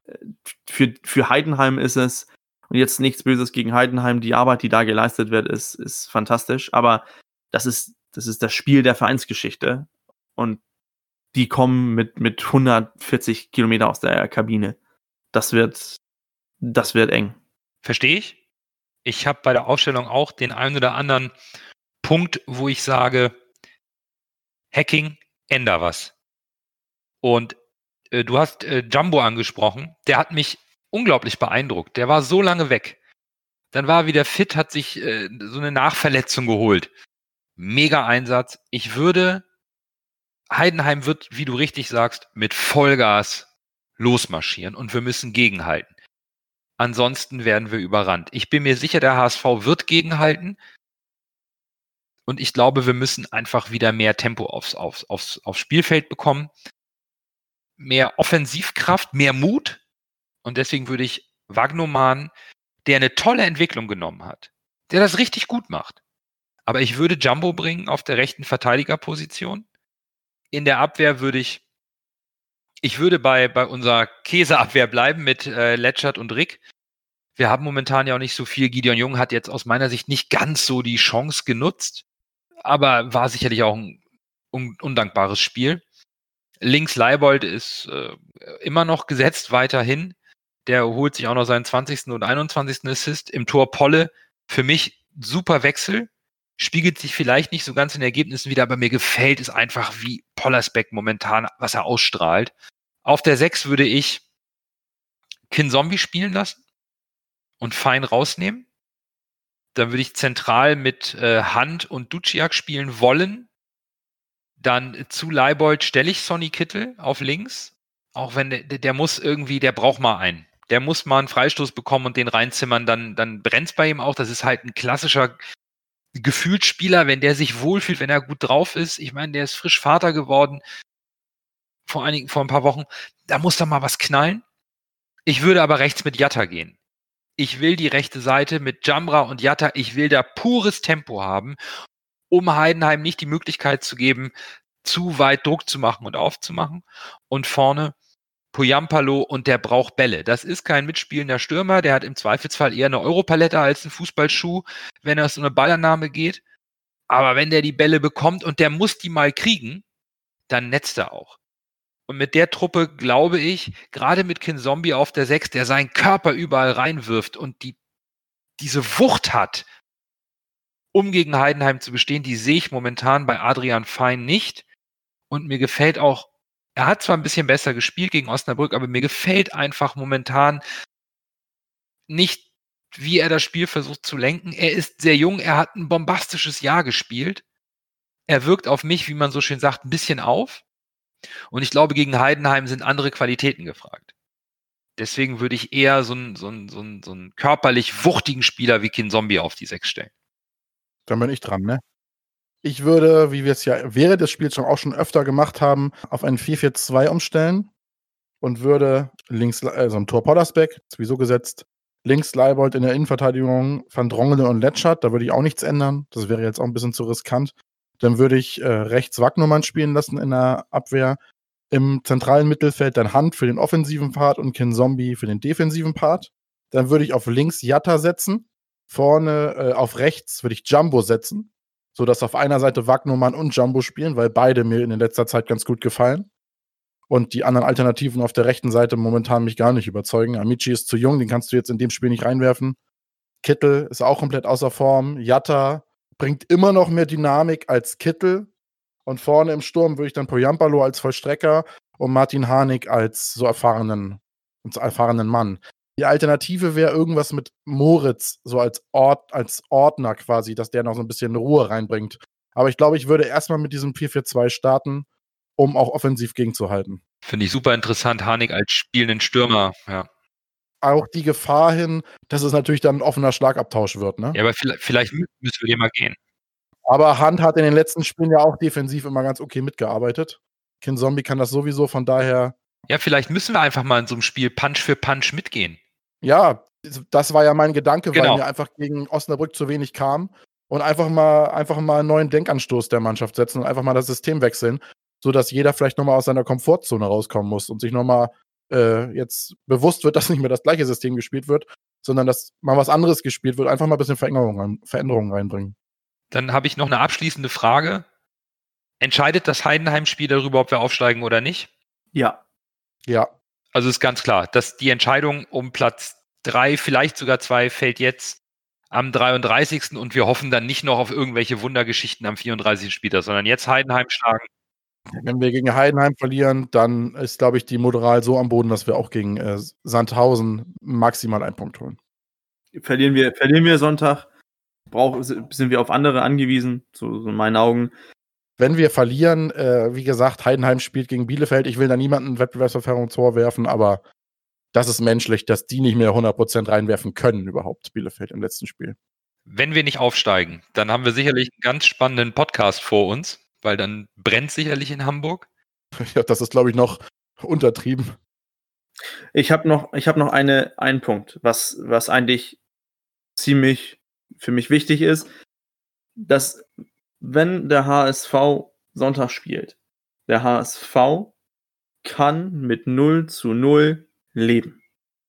Für, für Heidenheim ist es, und jetzt nichts Böses gegen Heidenheim, die Arbeit, die da geleistet wird, ist, ist fantastisch. Aber das ist, das ist das Spiel der Vereinsgeschichte. Und die kommen mit, mit hundertvierzig Kilometer aus der Kabine. Das wird, das wird eng. Verstehe ich. Ich habe bei der Aufstellung auch den einen oder anderen Punkt, wo ich sage, Hacking, änder was. Und äh, du hast äh, Jumbo angesprochen, der hat mich unglaublich beeindruckt. Der war so lange weg. Dann war er wieder fit, hat sich äh, so eine Nachverletzung geholt. Mega Einsatz. Ich würde, Heidenheim wird, wie du richtig sagst, mit Vollgas losmarschieren und wir müssen gegenhalten. Ansonsten werden wir überrannt. Ich bin mir sicher, der H S V wird gegenhalten. Und ich glaube, wir müssen einfach wieder mehr Tempo aufs, aufs, aufs, aufs Spielfeld bekommen. Mehr Offensivkraft, mehr Mut. Und deswegen würde ich Wagnoman, der eine tolle Entwicklung genommen hat, der das richtig gut macht. Aber ich würde Jumbo bringen auf der rechten Verteidigerposition. In der Abwehr würde ich, ich würde bei, bei unserer Käseabwehr bleiben mit äh, Letschert und Rick. Wir haben momentan ja auch nicht so viel. Gideon Jung hat jetzt aus meiner Sicht nicht ganz so die Chance genutzt, aber war sicherlich auch ein un- undankbares Spiel. Links Leibold ist äh, immer noch gesetzt weiterhin. Der holt sich auch noch seinen zwanzigsten und einundzwanzigsten Assist. Im Tor Polle, für mich super Wechsel. Spiegelt sich vielleicht nicht so ganz in den Ergebnissen wieder, aber mir gefällt es einfach, wie Pollersbeck momentan, was er ausstrahlt. Auf der sechs würde ich Kinzombie spielen lassen und Fein rausnehmen. Dann würde ich zentral mit äh, Hand und Duciak spielen wollen. Dann zu Leibold stelle ich Sonny Kittel auf links. Auch wenn der, der muss irgendwie, der braucht mal einen. Der muss mal einen Freistoß bekommen und den reinzimmern, dann, dann brennt es bei ihm auch. Das ist halt ein klassischer Gefühlsspieler, wenn der sich wohlfühlt, wenn er gut drauf ist. Ich meine, der ist frisch Vater geworden vor einigen, vor ein paar Wochen. Da muss da mal was knallen. Ich würde aber rechts mit Jatta gehen. Ich will die rechte Seite mit Jambra und Jatta. Ich will da pures Tempo haben, um Heidenheim nicht die Möglichkeit zu geben, zu weit Druck zu machen und aufzumachen. Und vorne Poyampalo, und der braucht Bälle. Das ist kein mitspielender Stürmer, der hat im Zweifelsfall eher eine Europalette als einen Fußballschuh, wenn es um eine Ballannahme geht. Aber wenn der die Bälle bekommt und der muss die mal kriegen, dann netzt er auch. Und mit der Truppe glaube ich, gerade mit Kinzombie auf der sechs, der seinen Körper überall reinwirft und die diese Wucht hat, um gegen Heidenheim zu bestehen, die sehe ich momentan bei Adrian Fein nicht. Und mir gefällt auch, er hat zwar ein bisschen besser gespielt gegen Osnabrück, aber mir gefällt einfach momentan nicht, wie er das Spiel versucht zu lenken. Er ist sehr jung, er hat ein bombastisches Jahr gespielt. Er wirkt auf mich, wie man so schön sagt, ein bisschen auf. Und ich glaube, gegen Heidenheim sind andere Qualitäten gefragt. Deswegen würde ich eher so einen, so einen, so einen, so einen körperlich wuchtigen Spieler wie Kinzombie auf die sechs stellen. Dann bin ich dran, ne? Ich würde, wie wir es ja während des Spiels schon auch schon öfter gemacht haben, auf ein vier vier zwei umstellen. und würde links, also im Tor Poddersbeck, sowieso gesetzt, links Leibold in der Innenverteidigung, Van Drongelen und Letschert, da würde ich auch nichts ändern. Das wäre jetzt auch ein bisschen zu riskant. Dann würde ich äh, rechts Wagnumann spielen lassen in der Abwehr. Im zentralen Mittelfeld dann Hand für den offensiven Part und Kinzombie für den defensiven Part. Dann würde ich auf links Jatta setzen. Vorne äh, auf rechts würde ich Jumbo setzen, sodass auf einer Seite Wagnumann und Jumbo spielen, weil beide mir in letzter Zeit ganz gut gefallen. Und die anderen Alternativen auf der rechten Seite momentan mich gar nicht überzeugen. Amici ist zu jung, den kannst du jetzt in dem Spiel nicht reinwerfen. Kittel ist auch komplett außer Form. Jatta bringt immer noch mehr Dynamik als Kittel. Und vorne im Sturm würde ich dann Poyampalo als Vollstrecker und Martin Harnik als so erfahrenen, so erfahrenen Mann. Die Alternative wäre irgendwas mit Moritz, so als Ort, als Ordner quasi, dass der noch so ein bisschen Ruhe reinbringt. Aber ich glaube, ich würde erstmal mit diesem vier vier zwei starten, um auch offensiv gegenzuhalten. Finde ich super interessant, Harnik als spielenden Stürmer, ja. Auch die Gefahr hin, dass es natürlich dann ein offener Schlagabtausch wird, ne? Ja, aber vielleicht, vielleicht müssen wir den mal gehen. Aber Hand hat in den letzten Spielen ja auch defensiv immer ganz okay mitgearbeitet. Kinzombie kann das sowieso, von daher. Ja, vielleicht müssen wir einfach mal in so einem Spiel Punch für Punch mitgehen. Ja, das war ja mein Gedanke, Genau. weil mir einfach gegen Osnabrück zu wenig kam. Und einfach mal, einfach mal einen neuen Denkanstoß der Mannschaft setzen und einfach mal das System wechseln, sodass jeder vielleicht nochmal aus seiner Komfortzone rauskommen muss und sich nochmal äh, jetzt bewusst wird, dass nicht mehr das gleiche System gespielt wird, sondern dass mal was anderes gespielt wird. Einfach mal ein bisschen Veränderungen, rein, Veränderungen reinbringen. Dann habe ich noch eine abschließende Frage. Entscheidet das Heidenheim-Spiel darüber, ob wir aufsteigen oder nicht? Ja. Ja. Also ist ganz klar, dass die Entscheidung um Platz drei, vielleicht sogar zwei, fällt jetzt am dreiunddreißigsten und wir hoffen dann nicht noch auf irgendwelche Wundergeschichten am vierunddreißigsten Spieltag, sondern jetzt Heidenheim schlagen. Wenn wir gegen Heidenheim verlieren, dann ist, glaube ich, die Moral so am Boden, dass wir auch gegen äh, Sandhausen maximal einen Punkt holen. Verlieren wir, verlieren wir Sonntag, brauch, sind wir auf andere angewiesen, so, so in meinen Augen. Wenn wir verlieren, äh, wie gesagt, Heidenheim spielt gegen Bielefeld. Ich will da niemanden Wettbewerbsverzerrung vorwerfen, aber das ist menschlich, dass die nicht mehr hundert Prozent reinwerfen können überhaupt, Bielefeld im letzten Spiel. Wenn wir nicht aufsteigen, dann haben wir sicherlich einen ganz spannenden Podcast vor uns, weil dann brennt sicherlich in Hamburg. Ja, das ist, glaube ich, noch untertrieben. Ich habe noch, ich habe noch eine, einen Punkt, was, was eigentlich ziemlich für mich wichtig ist, dass wenn der H S V Sonntag spielt, der H S V kann mit null zu null leben.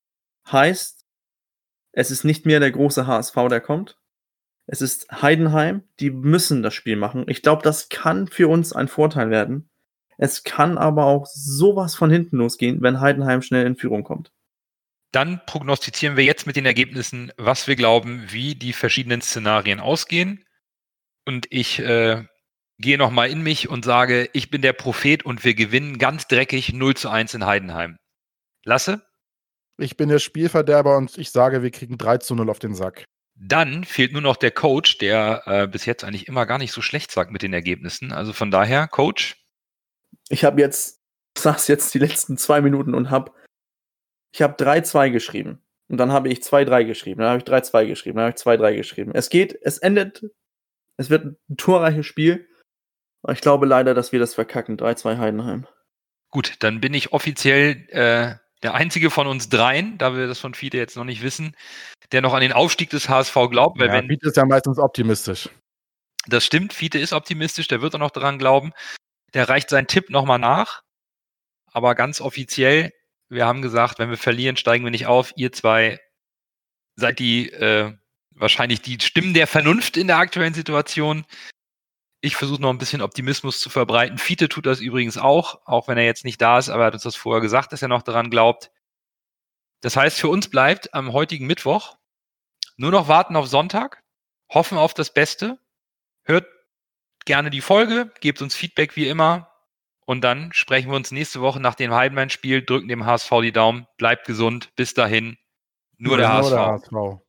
Heißt, es ist nicht mehr der große H S V, der kommt. Es ist Heidenheim, die müssen das Spiel machen. Ich glaube, das kann für uns ein Vorteil werden. Es kann aber auch sowas von hinten losgehen, wenn Heidenheim schnell in Führung kommt. Dann prognostizieren wir jetzt mit den Ergebnissen, was wir glauben, wie die verschiedenen Szenarien ausgehen. Und ich äh, gehe nochmal in mich und sage, ich bin der Prophet und wir gewinnen ganz dreckig null zu eins in Heidenheim. Lasse? Ich bin der Spielverderber und ich sage, wir kriegen drei zu null auf den Sack. Dann fehlt nur noch der Coach, der äh, bis jetzt eigentlich immer gar nicht so schlecht sagt mit den Ergebnissen. Also von daher, Coach? Ich habe jetzt, saß jetzt die letzten zwei Minuten und habe, ich habe drei zwei geschrieben. Und dann habe ich zwei drei geschrieben. Dann habe ich drei zwei geschrieben. Dann habe ich zwei drei geschrieben. Es geht, es endet, es wird ein torreiches Spiel. Aber ich glaube leider, dass wir das verkacken. drei zwei Heidenheim. Gut, dann bin ich offiziell äh, der einzige von uns dreien, da wir das von Fiete jetzt noch nicht wissen, der noch an den Aufstieg des H S V glaubt. Weil Ja, wenn, Fiete ist ja meistens optimistisch. das stimmt, Fiete ist optimistisch, der wird auch noch daran glauben. Der reicht seinen Tipp nochmal nach. Aber ganz offiziell, wir haben gesagt, wenn wir verlieren, steigen wir nicht auf. Ihr zwei seid die äh, wahrscheinlich die Stimmen der Vernunft in der aktuellen Situation. Ich versuche noch ein bisschen Optimismus zu verbreiten. Fiete tut das übrigens auch, auch wenn er jetzt nicht da ist, aber er hat uns das vorher gesagt, dass er noch daran glaubt. Das heißt, für uns bleibt am heutigen Mittwoch nur noch warten auf Sonntag, hoffen auf das Beste, hört gerne die Folge, gebt uns Feedback wie immer und dann sprechen wir uns nächste Woche nach dem Heidenheim-Spiel, drücken dem H S V die Daumen, bleibt gesund, bis dahin, nur der H S V. Nur der H S V.